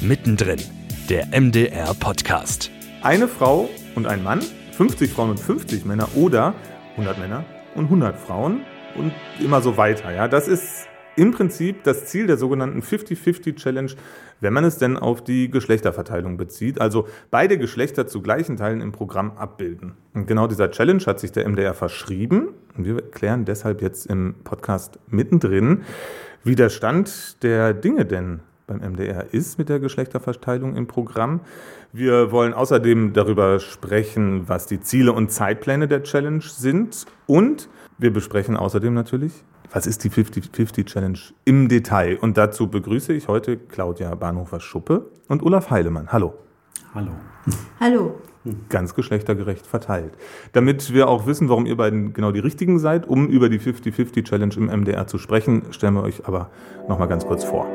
Mittendrin, der MDR-Podcast. Eine Frau und ein Mann, 50 Frauen und 50 Männer oder 100 Männer und 100 Frauen und immer so weiter. Ja, das ist im Prinzip das Ziel der sogenannten 50-50-Challenge, wenn man es denn auf die Geschlechterverteilung bezieht, also beide Geschlechter zu gleichen Teilen im Programm abbilden. Und genau dieser Challenge hat sich der MDR verschrieben und wir klären deshalb jetzt im Podcast Mittendrin, wie der Stand der Dinge denn beim MDR ist mit der Geschlechterverteilung im Programm. Wir wollen außerdem darüber sprechen, was die Ziele und Zeitpläne der Challenge sind und wir besprechen außerdem natürlich, was ist die 50-50-Challenge im Detail? Und dazu begrüße ich heute Claudia Bahnhofer-Schuppe und Olaf Heilemann. Hallo. Hallo. Hallo. Ganz geschlechtergerecht verteilt. Damit wir auch wissen, warum ihr beiden genau die Richtigen seid, um über die 50-50-Challenge im MDR zu sprechen, stellen wir euch aber nochmal ganz kurz vor.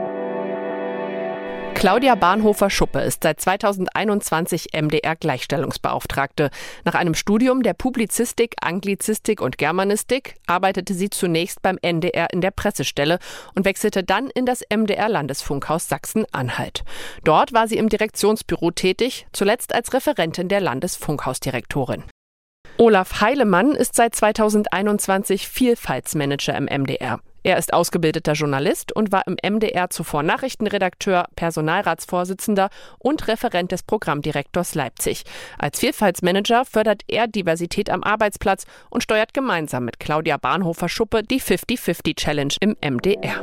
Claudia Bahnhofer-Schuppe ist seit 2021 MDR-Gleichstellungsbeauftragte. Nach einem Studium der Publizistik, Anglizistik und Germanistik arbeitete sie zunächst beim NDR in der Pressestelle und wechselte dann in das MDR-Landesfunkhaus Sachsen-Anhalt. Dort war sie im Direktionsbüro tätig, zuletzt als Referentin der Landesfunkhausdirektorin. Olaf Heilemann ist seit 2021 Vielfaltsmanager im MDR. Er ist ausgebildeter Journalist und war im MDR zuvor Nachrichtenredakteur, Personalratsvorsitzender und Referent des Programmdirektors Leipzig. Als Vielfaltsmanager fördert er Diversität am Arbeitsplatz und steuert gemeinsam mit Claudia Bahnhofer-Schuppe die 50-50-Challenge im MDR.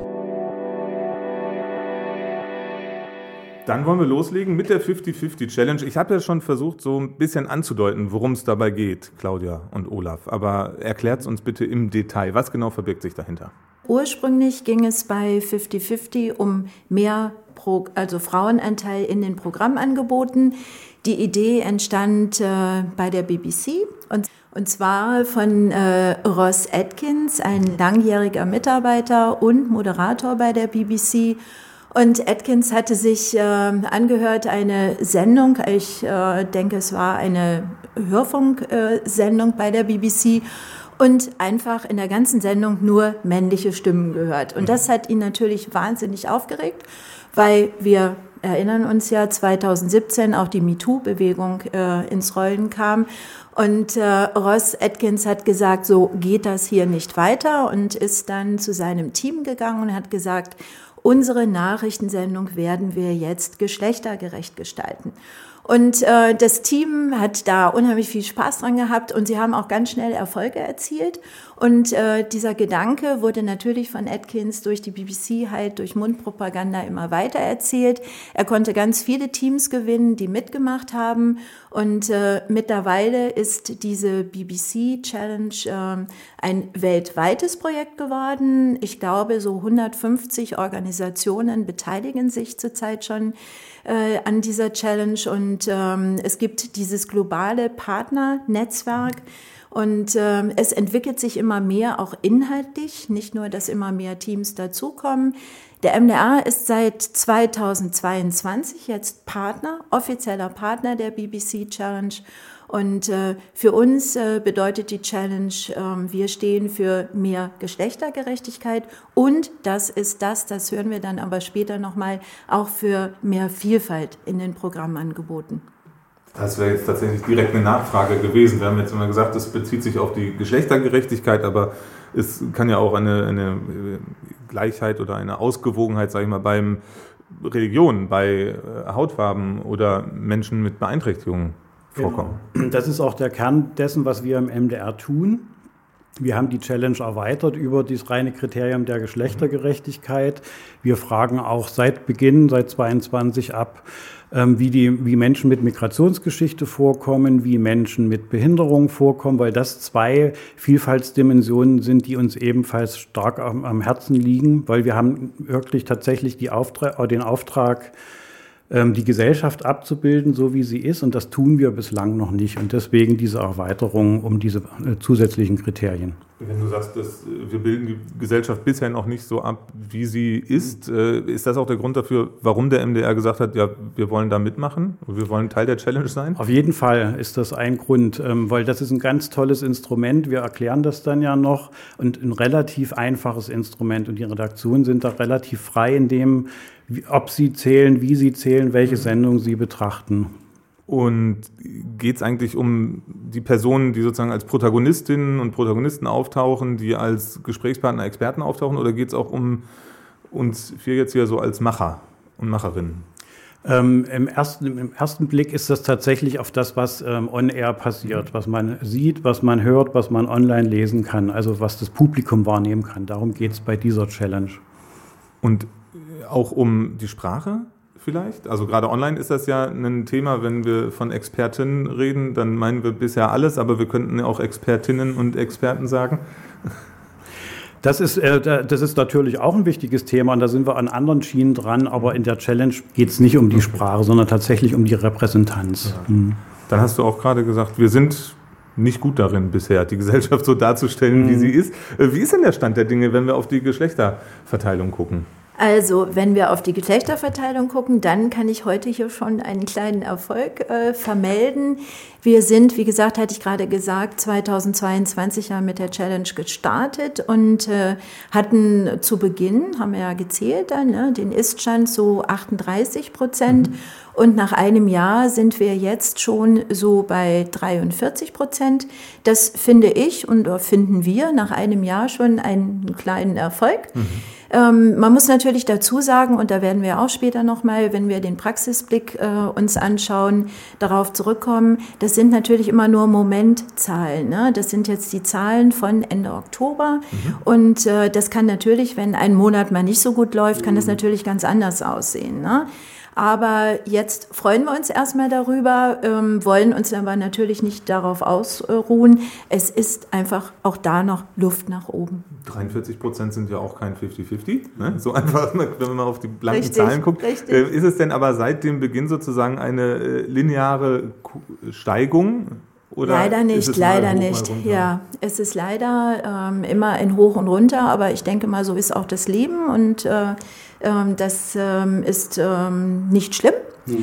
Dann wollen wir loslegen mit der 50-50-Challenge. Ich habe ja schon versucht, so ein bisschen anzudeuten, worum es dabei geht, Claudia und Olaf. Aber erklärt es uns bitte im Detail. Was genau verbirgt sich dahinter? Ursprünglich ging es bei 50-50 um mehr Frauenanteil in den Programmangeboten. Die Idee entstand bei der BBC und zwar von Ross Atkins, ein langjähriger Mitarbeiter und Moderator bei der BBC. Und Atkins hatte sich angehört, eine Sendung, ich denke, es war eine Hörfunksendung bei der BBC und einfach in der ganzen Sendung nur männliche Stimmen gehört. Und das hat ihn natürlich wahnsinnig aufgeregt, weil wir erinnern uns ja, 2017 auch die MeToo-Bewegung ins Rollen kam. Und Ross Atkins hat gesagt, so geht das hier nicht weiter und ist dann zu seinem Team gegangen und hat gesagt, unsere Nachrichtensendung werden wir jetzt geschlechtergerecht gestalten. Und das Team hat da unheimlich viel Spaß dran gehabt und sie haben auch ganz schnell Erfolge erzielt. Und dieser Gedanke wurde natürlich von Atkins durch die BBC halt durch Mundpropaganda immer weiter erzählt. Er konnte ganz viele Teams gewinnen, die mitgemacht haben. Und mittlerweile ist diese BBC-Challenge ein weltweites Projekt geworden. Ich glaube, so 150 Organisationen beteiligen sich zurzeit schon an dieser Challenge. Und es gibt dieses globale Partnernetzwerk. Und es entwickelt sich immer mehr, auch inhaltlich, nicht nur, dass immer mehr Teams dazukommen. Der MDR ist seit 2022 jetzt offizieller Partner der BBC Challenge. Und für uns bedeutet die Challenge, wir stehen für mehr Geschlechtergerechtigkeit und das hören wir dann aber später nochmal, auch für mehr Vielfalt in den Programmangeboten. Das wäre jetzt tatsächlich direkt eine Nachfrage gewesen. Wir haben jetzt immer gesagt, es bezieht sich auf die Geschlechtergerechtigkeit, aber es kann ja auch eine Gleichheit oder eine Ausgewogenheit, sage ich mal, beim Religion, bei Hautfarben oder Menschen mit Beeinträchtigungen vorkommen. Genau. Das ist auch der Kern dessen, was wir im MDR tun. Wir haben die Challenge erweitert über das reine Kriterium der Geschlechtergerechtigkeit. Wir fragen auch seit Beginn, seit 22 ab, wie Menschen mit Migrationsgeschichte vorkommen, wie Menschen mit Behinderung vorkommen, weil das zwei Vielfaltsdimensionen sind, die uns ebenfalls stark am Herzen liegen, weil wir haben wirklich tatsächlich den Auftrag, die Gesellschaft abzubilden, so wie sie ist. Und das tun wir bislang noch nicht. Und deswegen diese Erweiterung um diese zusätzlichen Kriterien. Wenn du sagst, wir bilden die Gesellschaft bisher noch nicht so ab, wie sie ist das auch der Grund dafür, warum der MDR gesagt hat, ja, wir wollen da mitmachen und wir wollen Teil der Challenge sein? Auf jeden Fall ist das ein Grund, weil das ist ein ganz tolles Instrument. Wir erklären das dann ja noch und ein relativ einfaches Instrument und die Redaktionen sind da relativ frei in dem, ob sie zählen, wie sie zählen, welche Sendung sie betrachten. Und geht es eigentlich um die Personen, die sozusagen als Protagonistinnen und Protagonisten auftauchen, die als Gesprächspartner, Experten auftauchen, oder geht es auch um uns vier jetzt hier so als Macher und Macherinnen? Im ersten Blick ist das tatsächlich auf das, was on-air passiert, was man sieht, was man hört, was man online lesen kann, also was das Publikum wahrnehmen kann. Darum geht es bei dieser Challenge. Und auch um die Sprache? Vielleicht? Also gerade online ist das ja ein Thema, wenn wir von Expertinnen reden, dann meinen wir bisher alles, aber wir könnten auch Expertinnen und Experten sagen. Das ist natürlich auch ein wichtiges Thema und da sind wir an anderen Schienen dran, aber in der Challenge geht es nicht um die Sprache, sondern tatsächlich um die Repräsentanz. Ja. Dann hast du auch gerade gesagt, wir sind nicht gut darin bisher, die Gesellschaft so darzustellen, wie sie ist. Wie ist denn der Stand der Dinge, wenn wir auf die Geschlechterverteilung gucken? Also, wenn wir auf die Geschlechterverteilung gucken, dann kann ich heute hier schon einen kleinen Erfolg vermelden. Wir sind, wie gesagt, hatte ich gerade gesagt, 2022 ja mit der Challenge gestartet und hatten zu Beginn, haben wir ja gezählt dann, den Ist-Stand so 38%. Und nach einem Jahr sind wir jetzt schon so bei 43%. Das finde ich und finden wir nach einem Jahr schon einen kleinen Erfolg. Man muss natürlich dazu sagen, und da werden wir auch später nochmal, wenn wir den Praxisblick uns anschauen, darauf zurückkommen, das sind natürlich immer nur Momentzahlen. Ne? Das sind jetzt die Zahlen von Ende Oktober. Und das kann natürlich, wenn ein Monat mal nicht so gut läuft, kann das natürlich ganz anders aussehen. Ne? Aber jetzt freuen wir uns erstmal darüber, wollen uns aber natürlich nicht darauf ausruhen. Es ist einfach auch da noch Luft nach oben. 43% sind ja auch kein 50-50. Ne? So einfach, wenn man mal auf die blanken Zahlen guckt. Ist es denn aber seit dem Beginn sozusagen eine lineare Steigung? Oder leider nicht. Ja, es ist leider immer ein Hoch und Runter, aber ich denke mal, so ist auch das Leben und das ist nicht schlimm.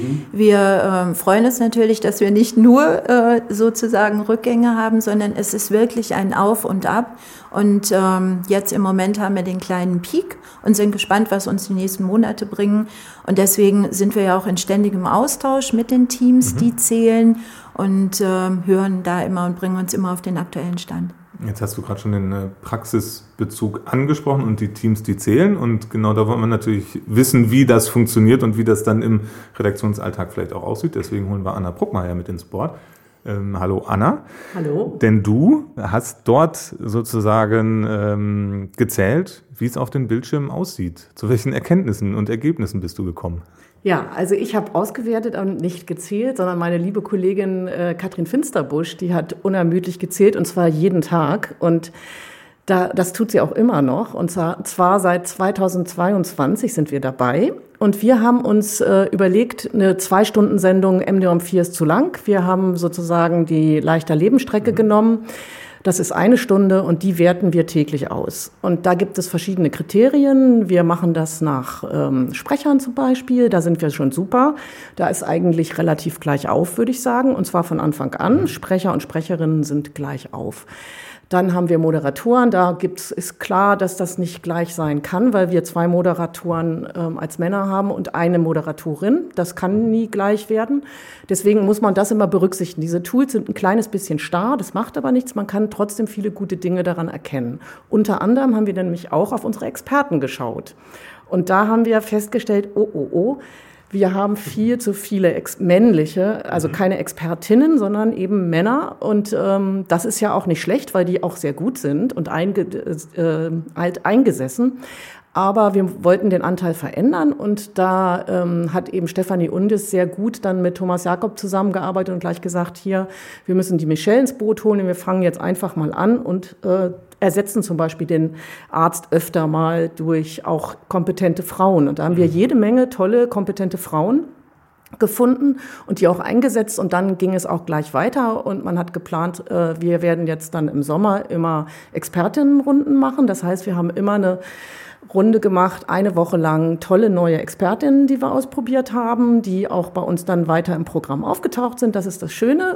Wir freuen uns natürlich, dass wir nicht nur sozusagen Rückgänge haben, sondern es ist wirklich ein Auf und Ab. Und jetzt im Moment haben wir den kleinen Peak und sind gespannt, was uns die nächsten Monate bringen. Und deswegen sind wir ja auch in ständigem Austausch mit den Teams, die zählen und hören da immer und bringen uns immer auf den aktuellen Stand. Jetzt hast du gerade schon den Praxisbezug angesprochen und die Teams, die zählen. Und genau da wollen wir natürlich wissen, wie das funktioniert und wie das dann im Redaktionsalltag vielleicht auch aussieht. Deswegen holen wir Anna Bruckmeier mit ins Board. Hallo Anna. Hallo. Denn du hast dort sozusagen gezählt, wie es auf den Bildschirmen aussieht. Zu welchen Erkenntnissen und Ergebnissen bist du gekommen? Ja, also ich habe ausgewertet und nicht gezählt, sondern meine liebe Kollegin Katrin Finsterbusch, die hat unermüdlich gezählt und zwar jeden Tag und das tut sie auch immer noch und zwar seit 2022 sind wir dabei und wir haben uns überlegt, eine 2-Stunden-Sendung MDR um 4 ist zu lang. Wir haben sozusagen die leichter Lebensstrecke genommen. Das ist 1 Stunde und die werten wir täglich aus. Und da gibt es verschiedene Kriterien. Wir machen das nach Sprechern zum Beispiel. Da sind wir schon super. Da ist eigentlich relativ gleich auf, würde ich sagen. Und zwar von Anfang an. Sprecher und Sprecherinnen sind gleich auf. Dann haben wir Moderatoren, ist klar, dass das nicht gleich sein kann, weil wir 2 Moderatoren als Männer haben und eine Moderatorin. Das kann nie gleich werden. Deswegen muss man das immer berücksichtigen. Diese Tools sind ein kleines bisschen starr, das macht aber nichts. Man kann trotzdem viele gute Dinge daran erkennen. Unter anderem haben wir nämlich auch auf unsere Experten geschaut. Und da haben wir festgestellt, wir haben viel zu viele männliche, also keine Expertinnen, sondern eben Männer. Und das ist ja auch nicht schlecht, weil die auch sehr gut sind und alt eingesessen. Aber wir wollten den Anteil verändern und da hat eben Stefanie Undis sehr gut dann mit Thomas Jakob zusammengearbeitet und gleich gesagt, hier, wir müssen die Michelle ins Boot holen, wir fangen jetzt einfach mal an und ersetzen zum Beispiel den Arzt öfter mal durch auch kompetente Frauen. Und da haben wir jede Menge tolle, kompetente Frauen gefunden und die auch eingesetzt und dann ging es auch gleich weiter und man hat geplant, wir werden jetzt dann im Sommer immer Expertinnenrunden machen. Das heißt, wir haben immer eine Runde gemacht, eine Woche lang tolle neue Expertinnen, die wir ausprobiert haben, die auch bei uns dann weiter im Programm aufgetaucht sind. Das ist das Schöne.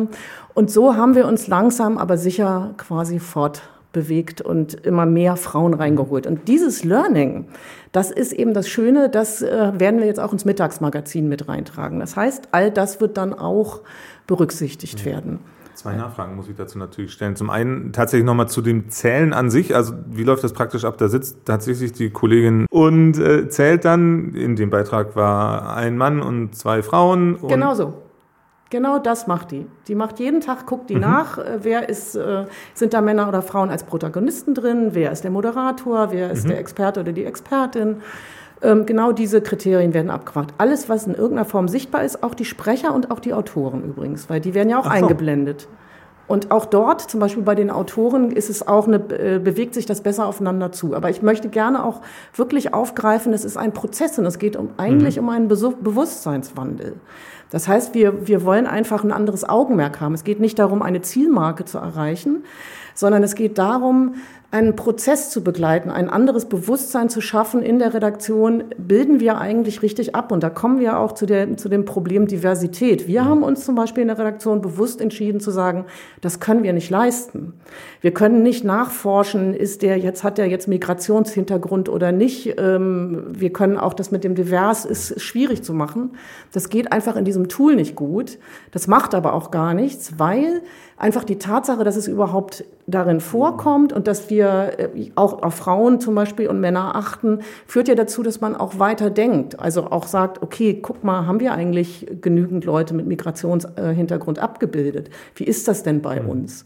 Und so haben wir uns langsam, aber sicher quasi fortbewegt und immer mehr Frauen reingeholt. Und dieses Learning, das ist eben das Schöne, das werden wir jetzt auch ins Mittagsmagazin mit reintragen. Das heißt, all das wird dann auch berücksichtigt werden. 2 Nachfragen muss ich dazu natürlich stellen. Zum einen tatsächlich nochmal zu dem Zählen an sich. Also wie läuft das praktisch ab? Da sitzt tatsächlich die Kollegin und zählt dann. In dem Beitrag war ein Mann und 2 Frauen. Und genau so. Genau das macht die. Die macht jeden Tag, guckt die nach, wer ist, sind da Männer oder Frauen als Protagonisten drin, wer ist der Moderator, wer ist der Experte oder die Expertin. Genau diese Kriterien werden abgefragt. Alles, was in irgendeiner Form sichtbar ist, auch die Sprecher und auch die Autoren übrigens, weil die werden ja auch eingeblendet. Und auch dort, zum Beispiel bei den Autoren, ist es auch bewegt sich das besser aufeinander zu. Aber ich möchte gerne auch wirklich aufgreifen, es ist ein Prozess und es geht eigentlich um einen Bewusstseinswandel. Das heißt, wir wollen einfach ein anderes Augenmerk haben. Es geht nicht darum, eine Zielmarke zu erreichen, sondern es geht darum, einen Prozess zu begleiten, ein anderes Bewusstsein zu schaffen in der Redaktion, bilden wir eigentlich richtig ab. Und da kommen wir auch zu dem Problem Diversität. Wir haben uns zum Beispiel in der Redaktion bewusst entschieden zu sagen, das können wir nicht leisten. Wir können nicht nachforschen, hat der jetzt Migrationshintergrund oder nicht. Wir können auch das mit dem Divers ist schwierig zu machen. Das geht einfach in diesem Tool nicht gut. Das macht aber auch gar nichts, weil einfach die Tatsache, dass es überhaupt darin vorkommt und dass wir auch auf Frauen zum Beispiel und Männer achten, führt ja dazu, dass man auch weiter denkt. Also auch sagt, okay, guck mal, haben wir eigentlich genügend Leute mit Migrationshintergrund abgebildet? Wie ist das denn bei uns?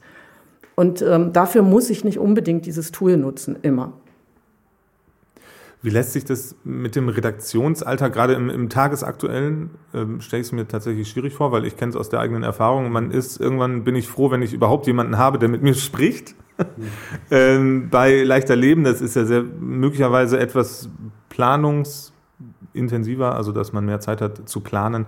Und dafür muss ich nicht unbedingt dieses Tool nutzen, immer. Wie lässt sich das mit dem Redaktionsalltag, gerade im Tagesaktuellen, stelle ich es mir tatsächlich schwierig vor, weil ich kenne es aus der eigenen Erfahrung. Irgendwann bin ich froh, wenn ich überhaupt jemanden habe, der mit mir spricht. Bei Leichter Leben, das ist ja möglicherweise etwas planungsintensiver, also dass man mehr Zeit hat zu planen.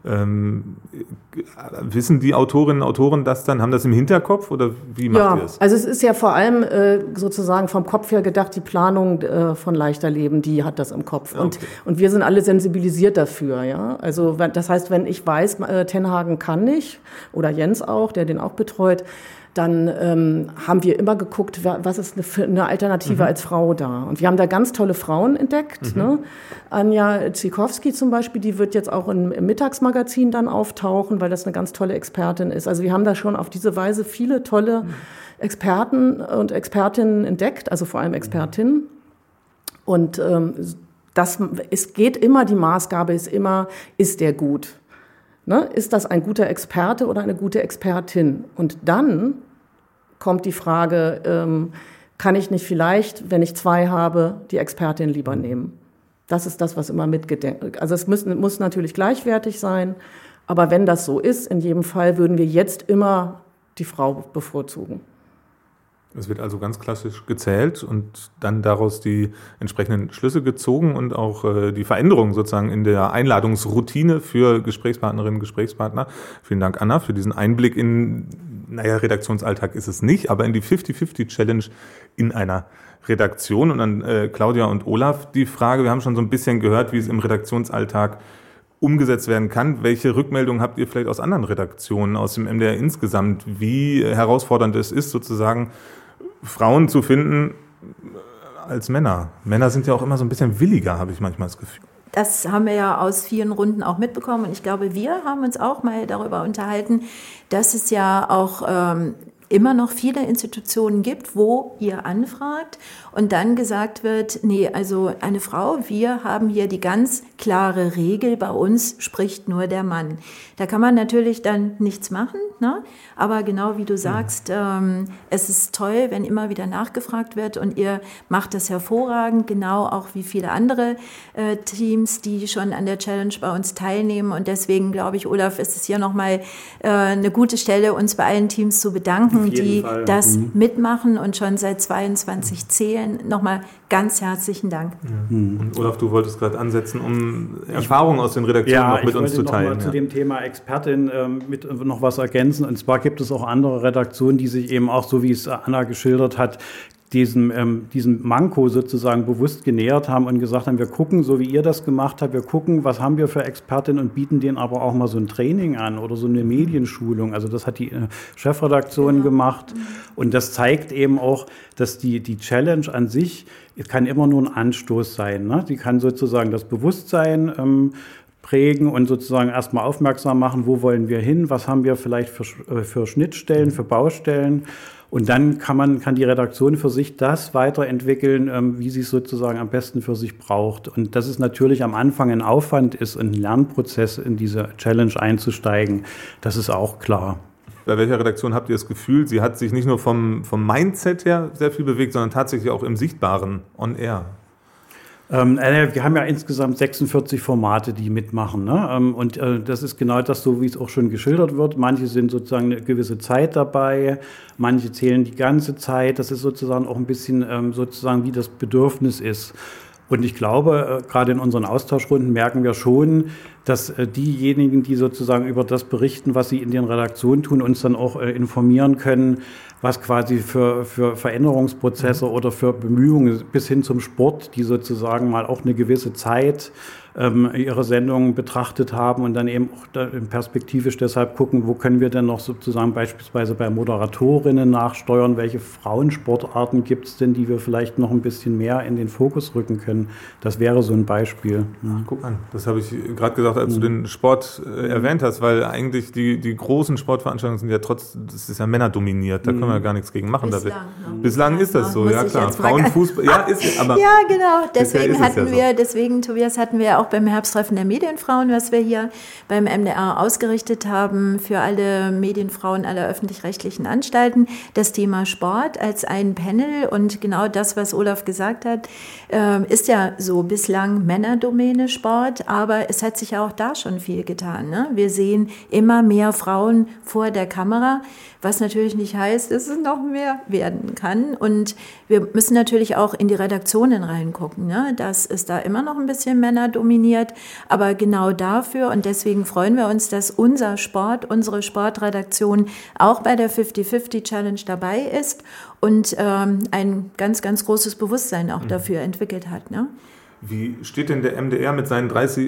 Wissen die Autorinnen und Autoren das dann? Haben das im Hinterkopf oder wie macht ihr es? Also es ist ja vor allem sozusagen vom Kopf her gedacht, die Planung von Leichter Leben, die hat das im Kopf. Okay. Und wir sind alle sensibilisiert dafür. Ja? Also das heißt, wenn ich weiß, Tenhagen kann nicht oder Jens auch, der den auch betreut, dann haben wir immer geguckt, was ist eine Alternative als Frau da. Und wir haben da ganz tolle Frauen entdeckt. Ne? Anja Zikowski zum Beispiel, die wird jetzt auch im Mittagsmagazin dann auftauchen, weil das eine ganz tolle Expertin ist. Also wir haben da schon auf diese Weise viele tolle Experten und Expertinnen entdeckt, also vor allem Expertinnen. Und es geht immer, die Maßgabe ist immer, ist der gut? Ne? Ist das ein guter Experte oder eine gute Expertin? Und dann kommt die Frage, kann ich nicht vielleicht, wenn ich 2 habe, die Expertin lieber nehmen? Das ist das, was immer mitgedenkt. Also es muss natürlich gleichwertig sein, aber wenn das so ist, in jedem Fall würden wir jetzt immer die Frau bevorzugen. Es wird also ganz klassisch gezählt und dann daraus die entsprechenden Schlüsse gezogen und auch die Veränderungen sozusagen in der Einladungsroutine für Gesprächspartnerinnen und Gesprächspartner. Vielen Dank, Anna, für diesen Einblick in, Redaktionsalltag ist es nicht, aber in die 50-50-Challenge in einer Redaktion. Und an Claudia und Olaf die Frage, wir haben schon so ein bisschen gehört, wie es im Redaktionsalltag umgesetzt werden kann. Welche Rückmeldungen habt ihr vielleicht aus anderen Redaktionen, aus dem MDR insgesamt, wie herausfordernd es ist, sozusagen Frauen zu finden als Männer? Männer sind ja auch immer so ein bisschen williger, habe ich manchmal das Gefühl. Das haben wir ja aus vielen Runden auch mitbekommen. Und ich glaube, wir haben uns auch mal darüber unterhalten, dass es ja auch immer noch viele Institutionen gibt, wo ihr anfragt und dann gesagt wird, nee, also eine Frau, wir haben hier die ganz klare Regel, bei uns spricht nur der Mann. Da kann man natürlich dann nichts machen, ne? Aber genau wie du sagst, es ist toll, wenn immer wieder nachgefragt wird und ihr macht das hervorragend, genau auch wie viele andere Teams, die schon an der Challenge bei uns teilnehmen und deswegen glaube ich, Olaf, ist es hier nochmal eine gute Stelle, uns bei allen Teams zu bedanken. Kollegen, die das mitmachen und schon seit 22 zählen. Nochmal ganz herzlichen Dank. Ja. Und Olaf, du wolltest gerade ansetzen, um Erfahrungen aus den Redaktionen noch mit uns zu teilen. Ich wollte noch mal zu dem Thema Expertin mit noch was ergänzen. Und zwar gibt es auch andere Redaktionen, die sich eben auch, so wie es Anna geschildert hat, diesem Manko sozusagen bewusst genähert haben und gesagt haben, wir gucken, so wie ihr das gemacht habt, wir gucken, was haben wir für Expertinnen und bieten denen aber auch mal so ein Training an oder so eine Medienschulung. Also das hat die Chefredaktion gemacht und das zeigt eben auch, dass die Challenge an sich kann immer nur ein Anstoß sein. Ne? Die kann sozusagen das Bewusstsein prägen und sozusagen erstmal aufmerksam machen, wo wollen wir hin, was haben wir vielleicht für Schnittstellen, für Baustellen. Und dann kann die Redaktion für sich das weiterentwickeln, wie sie es sozusagen am besten für sich braucht. Und dass es natürlich am Anfang ein Aufwand ist, ein Lernprozess in diese Challenge einzusteigen, das ist auch klar. Bei welcher Redaktion habt ihr das Gefühl, sie hat sich nicht nur vom Mindset her sehr viel bewegt, sondern tatsächlich auch im Sichtbaren, on air? Wir haben ja insgesamt 46 Formate, die mitmachen. Ne? Und das ist genau das, so wie es auch schon geschildert wird. Manche sind sozusagen eine gewisse Zeit dabei, manche zählen die ganze Zeit. Das ist sozusagen auch ein bisschen sozusagen, wie das Bedürfnis ist. Und ich glaube, gerade in unseren Austauschrunden merken wir schon, dass diejenigen, die sozusagen über das berichten, was sie in den Redaktionen tun, uns dann auch informieren können, was quasi für Veränderungsprozesse oder für Bemühungen bis hin zum Sport, die sozusagen mal auch eine gewisse Zeit ihre Sendungen betrachtet haben und dann eben auch perspektivisch deshalb gucken, wo können wir denn noch sozusagen beispielsweise bei Moderatorinnen nachsteuern, welche Frauensportarten gibt es denn, die wir vielleicht noch ein bisschen mehr in den Fokus rücken können. Das wäre so ein Beispiel. Ja. Guck an, das habe ich gerade gesagt, als du den Sport erwähnt hast, weil eigentlich die großen Sportveranstaltungen sind ja das ist ja männerdominiert, da können wir gar nichts gegen machen. Bislang ist das so, ja klar. Frauenfußball, ja, ist, aber ja, genau, deswegen, Tobias, hatten wir auch beim Herbsttreffen der Medienfrauen, was wir hier beim MDR ausgerichtet haben, für alle Medienfrauen aller öffentlich-rechtlichen Anstalten, das Thema Sport als ein Panel und genau das, was Olaf gesagt hat, ist ja so bislang Männerdomäne Sport, aber es hat sich ja auch da schon viel getan. Ne? Wir sehen immer mehr Frauen vor der Kamera, was natürlich nicht heißt, dass es noch mehr werden kann. Und wir müssen natürlich auch in die Redaktionen reingucken. Ne? Das ist da immer noch ein bisschen männerdominiert, aber genau dafür und deswegen freuen wir uns, dass unser Sport, unsere Sportredaktion auch bei der 50-50 Challenge dabei ist und ein ganz, ganz großes Bewusstsein auch dafür entwickelt hat. Ne? Wie steht denn der MDR mit seinen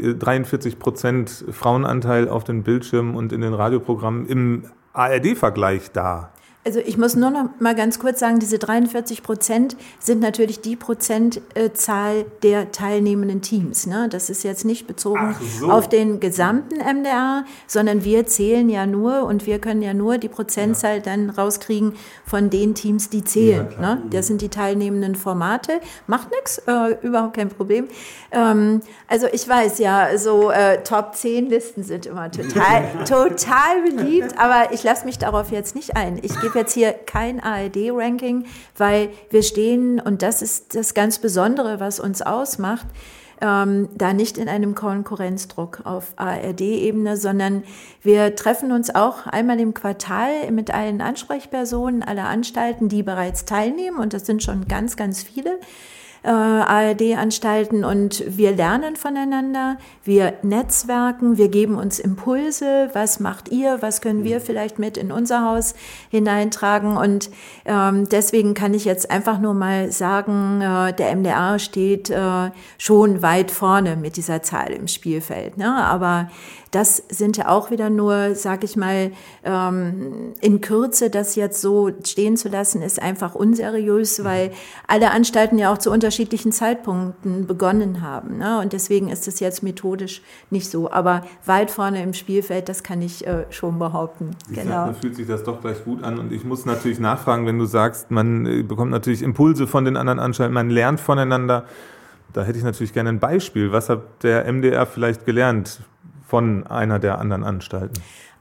43% Frauenanteil auf den Bildschirmen und in den Radioprogrammen im ARD-Vergleich da? Also ich muss nur noch mal ganz kurz sagen, diese 43% sind natürlich die Prozentzahl der teilnehmenden Teams. Ne? Das ist jetzt nicht bezogen auf den gesamten MDR, sondern wir zählen ja nur und wir können ja nur die Prozentzahl dann rauskriegen von den Teams, die zählen. Ja, ne? Das sind die teilnehmenden Formate. Macht nichts, überhaupt kein Problem. Also ich weiß ja, so Top 10 Listen sind immer total beliebt, aber ich lasse mich darauf jetzt nicht ein. Ich gebe jetzt hier kein ARD-Ranking, weil wir stehen, und das ist das ganz Besondere, was uns ausmacht, da nicht in einem Konkurrenzdruck auf ARD-Ebene, sondern wir treffen uns auch einmal im Quartal mit allen Ansprechpersonen aller Anstalten, die bereits teilnehmen, und das sind schon ganz, ganz viele ARD-Anstalten, und wir lernen voneinander, wir netzwerken, wir geben uns Impulse, was macht ihr, was können wir vielleicht mit in unser Haus hineintragen, und deswegen kann ich jetzt einfach nur mal sagen, der MDR steht schon weit vorne mit dieser Zahl im Spielfeld, ne? Aber das sind ja auch wieder nur, sag ich mal, in Kürze das jetzt so stehen zu lassen, ist einfach unseriös, weil alle Anstalten ja auch zu unterschiedlichen Zeitpunkten begonnen haben. Ne? Und deswegen ist es jetzt methodisch nicht so. Aber weit vorne im Spielfeld, das kann ich schon behaupten. Genau. Da fühlt sich das doch gleich gut an. Und ich muss natürlich nachfragen, wenn du sagst, man bekommt natürlich Impulse von den anderen Anstalten, man lernt voneinander. Da hätte ich natürlich gerne ein Beispiel. Was hat der MDR vielleicht gelernt von einer der anderen Anstalten?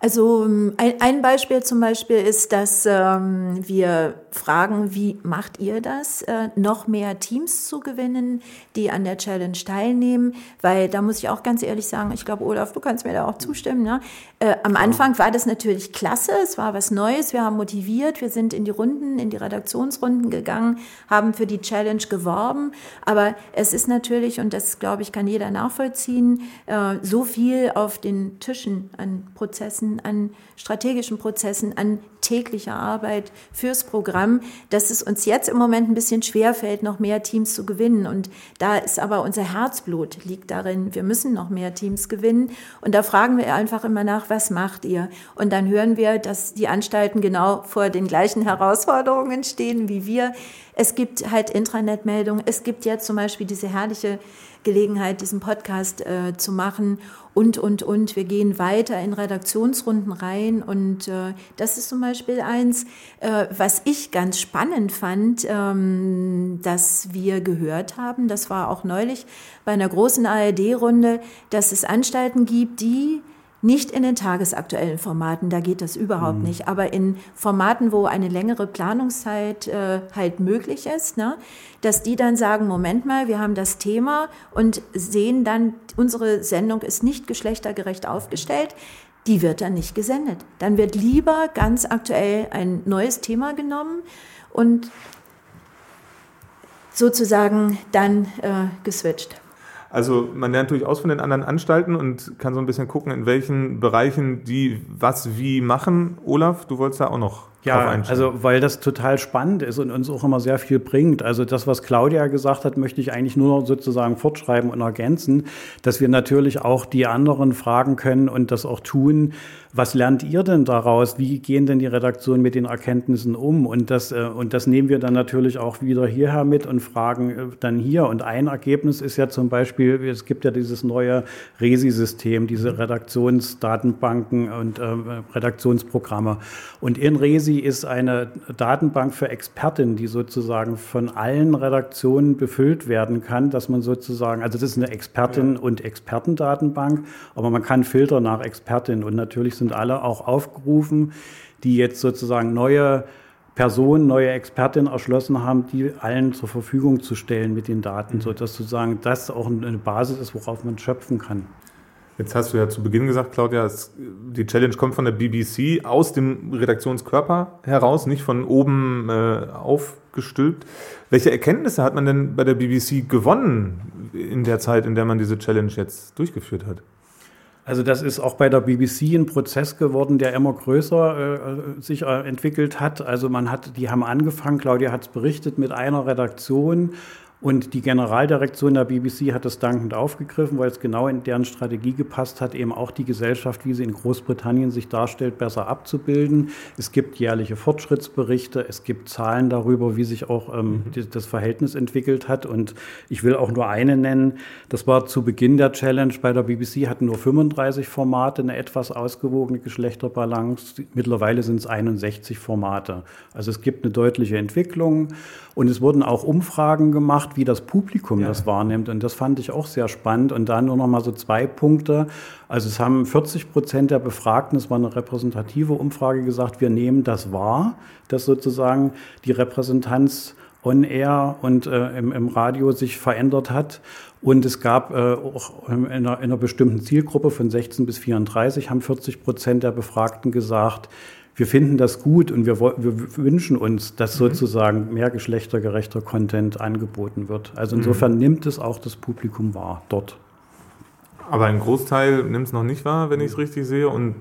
Also ein Beispiel zum Beispiel ist, dass wir fragen, wie macht ihr das, noch mehr Teams zu gewinnen, die an der Challenge teilnehmen, weil da muss ich auch ganz ehrlich sagen, ich glaube, Olaf, du kannst mir da auch zustimmen. Ne? Am Anfang war das natürlich klasse, es war was Neues, wir haben motiviert, wir sind in die Redaktionsrunden gegangen, haben für die Challenge geworben, aber es ist natürlich, und das glaube ich kann jeder nachvollziehen, so viel auf den Tischen an Prozessen, an strategischen Prozessen, an täglicher Arbeit fürs Programm, dass es uns jetzt im Moment ein bisschen schwerfällt, noch mehr Teams zu gewinnen. Und da ist aber unser Herzblut liegt darin, wir müssen noch mehr Teams gewinnen. Und da fragen wir einfach immer nach, was macht ihr? Und dann hören wir, dass die Anstalten genau vor den gleichen Herausforderungen stehen wie wir. Es gibt halt Intranet-Meldungen. Es gibt jetzt zum Beispiel diese herrliche Gelegenheit, diesen Podcast zu machen und. Wir gehen weiter in Redaktionsrunden rein und das ist zum Beispiel eins, was ich ganz spannend fand, dass wir gehört haben, das war auch neulich bei einer großen ARD-Runde, dass es Anstalten gibt, die nicht in den tagesaktuellen Formaten, da geht das überhaupt nicht, aber in Formaten, wo eine längere Planungszeit halt möglich ist, ne, dass die dann sagen, Moment mal, wir haben das Thema und sehen dann, unsere Sendung ist nicht geschlechtergerecht aufgestellt, die wird dann nicht gesendet. Dann wird lieber ganz aktuell ein neues Thema genommen und sozusagen dann geswitcht. Also man lernt durchaus von den anderen Anstalten und kann so ein bisschen gucken, in welchen Bereichen die was wie machen. Olaf, du wolltest da auch noch drauf einstellen. Also weil das total spannend ist und uns auch immer sehr viel bringt. Also das, was Claudia gesagt hat, möchte ich eigentlich nur noch sozusagen fortschreiben und ergänzen, dass wir natürlich auch die anderen fragen können und das auch tun. Was lernt ihr denn daraus? Wie gehen denn die Redaktionen mit den Erkenntnissen um? Und das nehmen wir dann natürlich auch wieder hierher mit und fragen dann hier. Und ein Ergebnis ist ja zum Beispiel, es gibt ja dieses neue Resi-System, diese Redaktionsdatenbanken und Redaktionsprogramme. Und in Resi ist eine Datenbank für Expertinnen, die sozusagen von allen Redaktionen befüllt werden kann, dass man sozusagen, also das ist eine Expertin- und Expertendatenbank, aber man kann filtern nach Expertin und natürlich sind alle auch aufgerufen, die jetzt sozusagen neue Personen, neue Expertinnen erschlossen haben, die allen zur Verfügung zu stellen mit den Daten, sodass sozusagen das auch eine Basis ist, worauf man schöpfen kann. Jetzt hast du ja zu Beginn gesagt, Claudia, die Challenge kommt von der BBC aus dem Redaktionskörper heraus, nicht von oben aufgestülpt. Welche Erkenntnisse hat man denn bei der BBC gewonnen in der Zeit, in der man diese Challenge jetzt durchgeführt hat? Also das ist auch bei der BBC ein Prozess geworden, der immer größer sich entwickelt hat. Also die haben angefangen, Claudia hat es berichtet, mit einer Redaktion. Und die Generaldirektion der BBC hat das dankend aufgegriffen, weil es genau in deren Strategie gepasst hat, eben auch die Gesellschaft, wie sie in Großbritannien sich darstellt, besser abzubilden. Es gibt jährliche Fortschrittsberichte, es gibt Zahlen darüber, wie sich auch das Verhältnis entwickelt hat. Und ich will auch nur eine nennen, das war zu Beginn der Challenge bei der BBC, hatten nur 35 Formate, eine etwas ausgewogene Geschlechterbalance. Mittlerweile sind es 61 Formate. Also es gibt eine deutliche Entwicklung. Und es wurden auch Umfragen gemacht, wie das Publikum das wahrnimmt. Und das fand ich auch sehr spannend. Und da nur noch mal so 2 Punkte. Also es haben 40% der Befragten, das war eine repräsentative Umfrage, gesagt, wir nehmen das wahr, dass sozusagen die Repräsentanz on-air und im Radio sich verändert hat. Und es gab auch in einer bestimmten Zielgruppe von 16 bis 34, haben 40% der Befragten gesagt, wir finden das gut und wir wünschen uns, dass sozusagen mehr geschlechtergerechter Content angeboten wird. Also insofern nimmt es auch das Publikum wahr dort. Aber ein Großteil nimmt es noch nicht wahr, wenn ich es richtig sehe. Und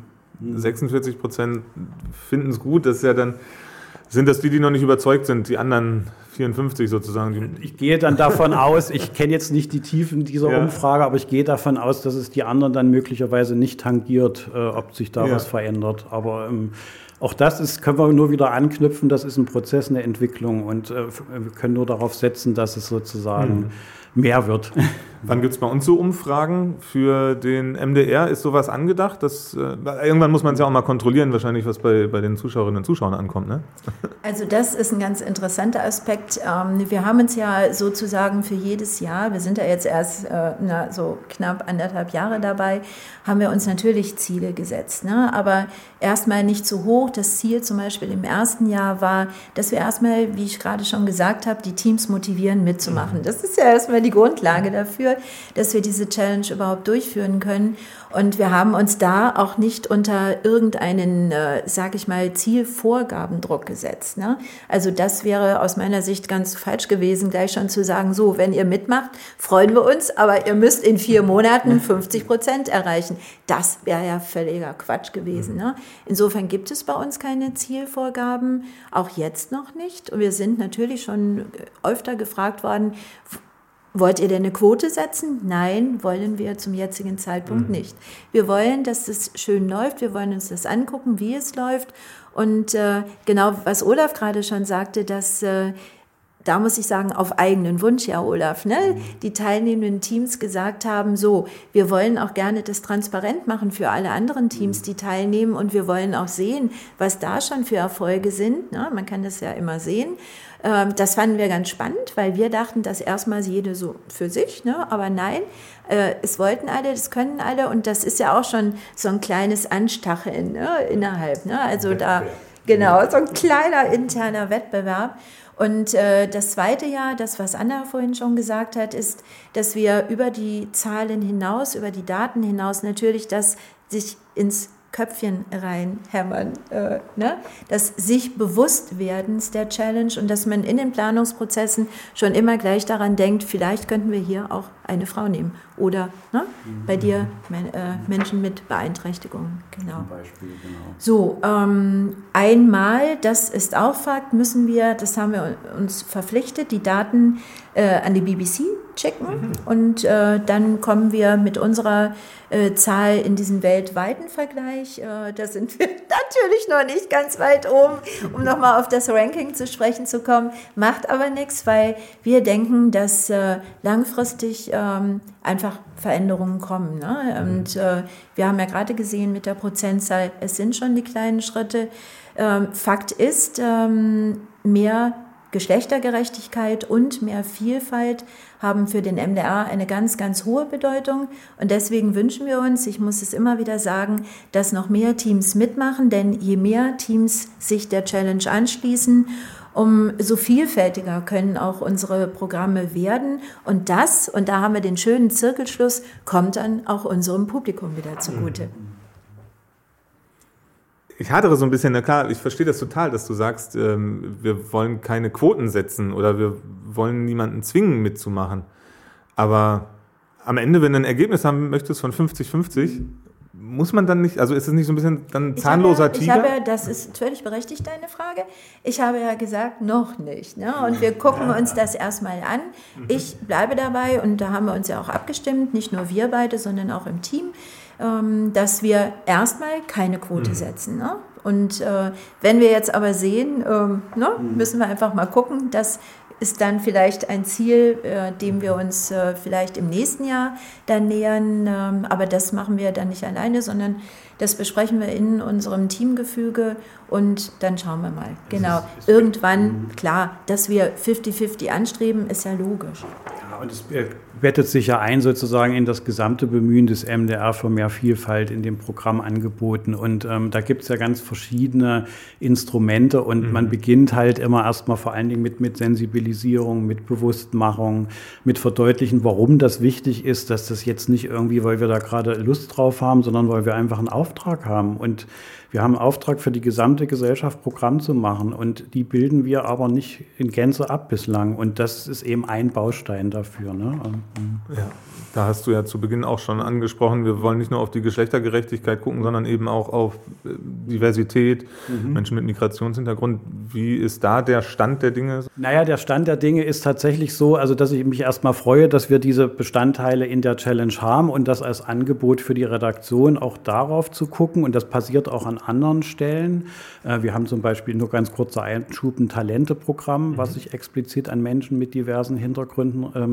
46% finden es gut. Das ist ja dann, sind das die noch nicht überzeugt sind, die anderen 54 sozusagen? Ich gehe dann davon aus, ich kenne jetzt nicht die Tiefen dieser Umfrage, aber ich gehe davon aus, dass es die anderen dann möglicherweise nicht tangiert, ob sich da was verändert. Aber auch das können wir nur wieder anknüpfen, das ist ein Prozess, eine Entwicklung und wir können nur darauf setzen, dass es sozusagen mehr wird. Wann gibt es bei uns so Umfragen für den MDR? Ist sowas angedacht? Irgendwann muss man es ja auch mal kontrollieren, wahrscheinlich, was bei den Zuschauerinnen und Zuschauern ankommt, ne? Also das ist ein ganz interessanter Aspekt. Wir haben uns ja sozusagen für jedes Jahr, wir sind ja jetzt erst so knapp 1,5 Jahre dabei, haben wir uns natürlich Ziele gesetzt, ne? Aber erstmal nicht so hoch. Das Ziel zum Beispiel im ersten Jahr war, dass wir erstmal, wie ich gerade schon gesagt habe, die Teams motivieren, mitzumachen. Das ist ja erstmal die Grundlage dafür, dass wir diese Challenge überhaupt durchführen können. Und wir haben uns da auch nicht unter irgendeinen, sag ich mal, Zielvorgabendruck gesetzt, ne? Also das wäre aus meiner Sicht ganz falsch gewesen, gleich schon zu sagen, so, wenn ihr mitmacht, freuen wir uns, aber ihr müsst in 4 Monaten 50% erreichen. Das wäre ja völliger Quatsch gewesen, ne? Insofern gibt es bei uns keine Zielvorgaben, auch jetzt noch nicht. Und wir sind natürlich schon öfter gefragt worden, wollt ihr denn eine Quote setzen? Nein, wollen wir zum jetzigen Zeitpunkt nicht. Wir wollen, dass es schön läuft. Wir wollen uns das angucken, wie es läuft. Und genau, was Olaf gerade schon sagte, dass da muss ich sagen, auf eigenen Wunsch, ja, Olaf, ne? Die teilnehmenden Teams gesagt haben, so, wir wollen auch gerne das transparent machen für alle anderen Teams, die teilnehmen, und wir wollen auch sehen, was da schon für Erfolge sind, ne? Man kann das ja immer sehen. Das fanden wir ganz spannend, weil wir dachten, dass erstmal jede so für sich, ne? Aber nein, es wollten alle, das können alle, und das ist ja auch schon so ein kleines Anstacheln, ne? Innerhalb, ne? Also da, genau, so ein kleiner interner Wettbewerb. Und das zweite Jahr, das, was Anna vorhin schon gesagt hat, ist, dass wir über die Zahlen hinaus, über die Daten hinaus natürlich das sich ins Köpfchen reinhämmern, ne? Das sich Bewusstwerdens der Challenge und dass man in den Planungsprozessen schon immer gleich daran denkt, vielleicht könnten wir hier auch eine Frau nehmen oder, ne? Bei dir Menschen mit Beeinträchtigungen. Genau. Zum Beispiel, genau. So, einmal, das ist auch Fakt, müssen wir, das haben wir uns verpflichtet, die Daten an die BBC checken und dann kommen wir mit unserer Zahl in diesen weltweiten Vergleich. Da sind wir natürlich noch nicht ganz weit oben, um nochmal auf das Ranking zu sprechen zu kommen. Macht aber nichts, weil wir denken, dass langfristig einfach Veränderungen kommen, ne? Und wir haben ja gerade gesehen mit der Prozentzahl, es sind schon die kleinen Schritte. Fakt ist, mehr Geschlechtergerechtigkeit und mehr Vielfalt haben für den MDR eine ganz, ganz hohe Bedeutung. Und deswegen wünschen wir uns, ich muss es immer wieder sagen, dass noch mehr Teams mitmachen, denn je mehr Teams sich der Challenge anschließen, umso vielfältiger können auch unsere Programme werden. Und das, und da haben wir den schönen Zirkelschluss, kommt dann auch unserem Publikum wieder zugute. Ich hadere so ein bisschen, na klar, ich verstehe das total, dass du sagst, wir wollen keine Quoten setzen oder wir wollen niemanden zwingen mitzumachen. Aber am Ende, wenn du ein Ergebnis haben möchtest von 50-50, muss man dann nicht, also ist es nicht so ein bisschen dann zahnloser Tiger? Das ist völlig berechtigt, deine Frage. Ich habe ja gesagt, noch nicht, ne? Und wir gucken uns das erstmal an. Ich bleibe dabei, und da haben wir uns ja auch abgestimmt, nicht nur wir beide, sondern auch im Team, dass wir erstmal keine Quote setzen, ne? Und wenn wir jetzt aber sehen, ne, müssen wir einfach mal gucken, das ist dann vielleicht ein Ziel, dem wir uns vielleicht im nächsten Jahr dann nähern. Aber das machen wir dann nicht alleine, sondern das besprechen wir in unserem Teamgefüge und dann schauen wir mal. Genau, irgendwann, klar, dass wir 50-50 anstreben, ist ja logisch. Ja, und es bettet sich ja ein sozusagen in das gesamte Bemühen des MDR für mehr Vielfalt in den Programmangeboten. Und da gibt es ja ganz verschiedene Instrumente und man beginnt halt immer erstmal vor allen Dingen mit Sensibilisierung, mit Bewusstmachung, mit Verdeutlichen, warum das wichtig ist, dass das jetzt nicht irgendwie, weil wir da gerade Lust drauf haben, sondern weil wir einfach einen Auftrag haben. Und wir haben einen Auftrag für die gesamte Gesellschaft, Programm zu machen, und die bilden wir aber nicht in Gänze ab bislang. Und das ist eben ein Baustein dafür, ne? Ja, da hast du ja zu Beginn auch schon angesprochen, wir wollen nicht nur auf die Geschlechtergerechtigkeit gucken, sondern eben auch auf Diversität, Menschen mit Migrationshintergrund. Wie ist da der Stand der Dinge? Naja, der Stand der Dinge ist tatsächlich so, also dass ich mich erstmal freue, dass wir diese Bestandteile in der Challenge haben und das als Angebot für die Redaktion auch darauf zu gucken, und das passiert auch an anderen Stellen. Wir haben zum Beispiel, nur ganz kurzer Einschub, ein Talenteprogramm, was sich explizit an Menschen mit diversen Hintergründen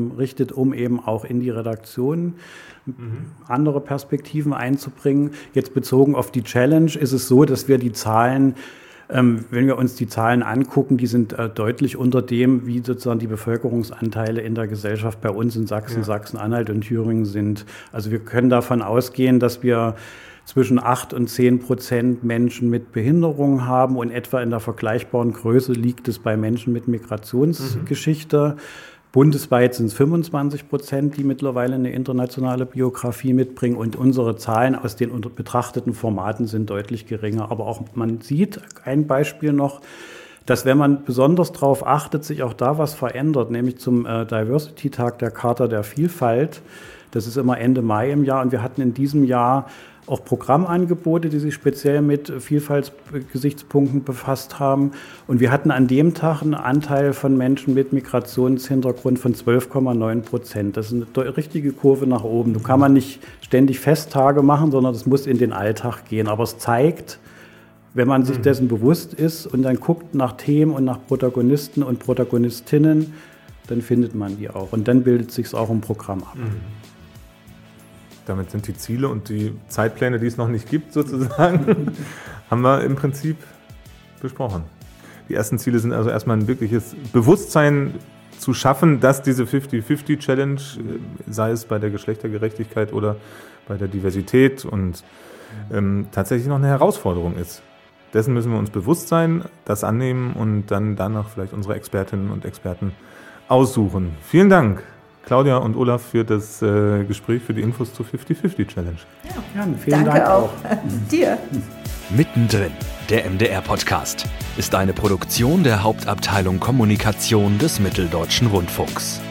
richtet, um eben auch in die Redaktion andere Perspektiven einzubringen. Jetzt bezogen auf die Challenge ist es so, dass wir die Zahlen, wenn wir uns die Zahlen angucken, die sind deutlich unter dem, wie sozusagen die Bevölkerungsanteile in der Gesellschaft bei uns in Sachsen, Sachsen-Anhalt und Thüringen sind. Also wir können davon ausgehen, dass wir zwischen 8 und 10% Menschen mit Behinderung haben und etwa in der vergleichbaren Größe liegt es bei Menschen mit Migrationsgeschichte. Bundesweit sind es 25%, die mittlerweile eine internationale Biografie mitbringen und unsere Zahlen aus den betrachteten Formaten sind deutlich geringer. Aber auch man sieht, ein Beispiel noch, dass wenn man besonders darauf achtet, sich auch da was verändert, nämlich zum Diversity-Tag der Charta der Vielfalt. Das ist immer Ende Mai im Jahr und wir hatten in diesem Jahr auch Programmangebote, die sich speziell mit Vielfaltsgesichtspunkten befasst haben. Und wir hatten an dem Tag einen Anteil von Menschen mit Migrationshintergrund von 12,9%. Das ist eine richtige Kurve nach oben. Da kann man nicht ständig Festtage machen, sondern das muss in den Alltag gehen. Aber es zeigt, wenn man sich dessen bewusst ist und dann guckt nach Themen und nach Protagonisten und Protagonistinnen, dann findet man die auch. Und dann bildet sich es auch im Programm ab. Damit sind die Ziele und die Zeitpläne, die es noch nicht gibt, sozusagen, haben wir im Prinzip besprochen. Die ersten Ziele sind also erstmal ein wirkliches Bewusstsein zu schaffen, dass diese 50-50-Challenge, sei es bei der Geschlechtergerechtigkeit oder bei der Diversität und tatsächlich noch eine Herausforderung ist. Dessen müssen wir uns bewusst sein, das annehmen und dann danach vielleicht unsere Expertinnen und Experten aussuchen. Vielen Dank, Claudia und Olaf, für das Gespräch, für die Infos zur 50-50-Challenge. Ja, vielen Dank auch. Dir. Mittendrin, der MDR-Podcast, ist eine Produktion der Hauptabteilung Kommunikation des Mitteldeutschen Rundfunks.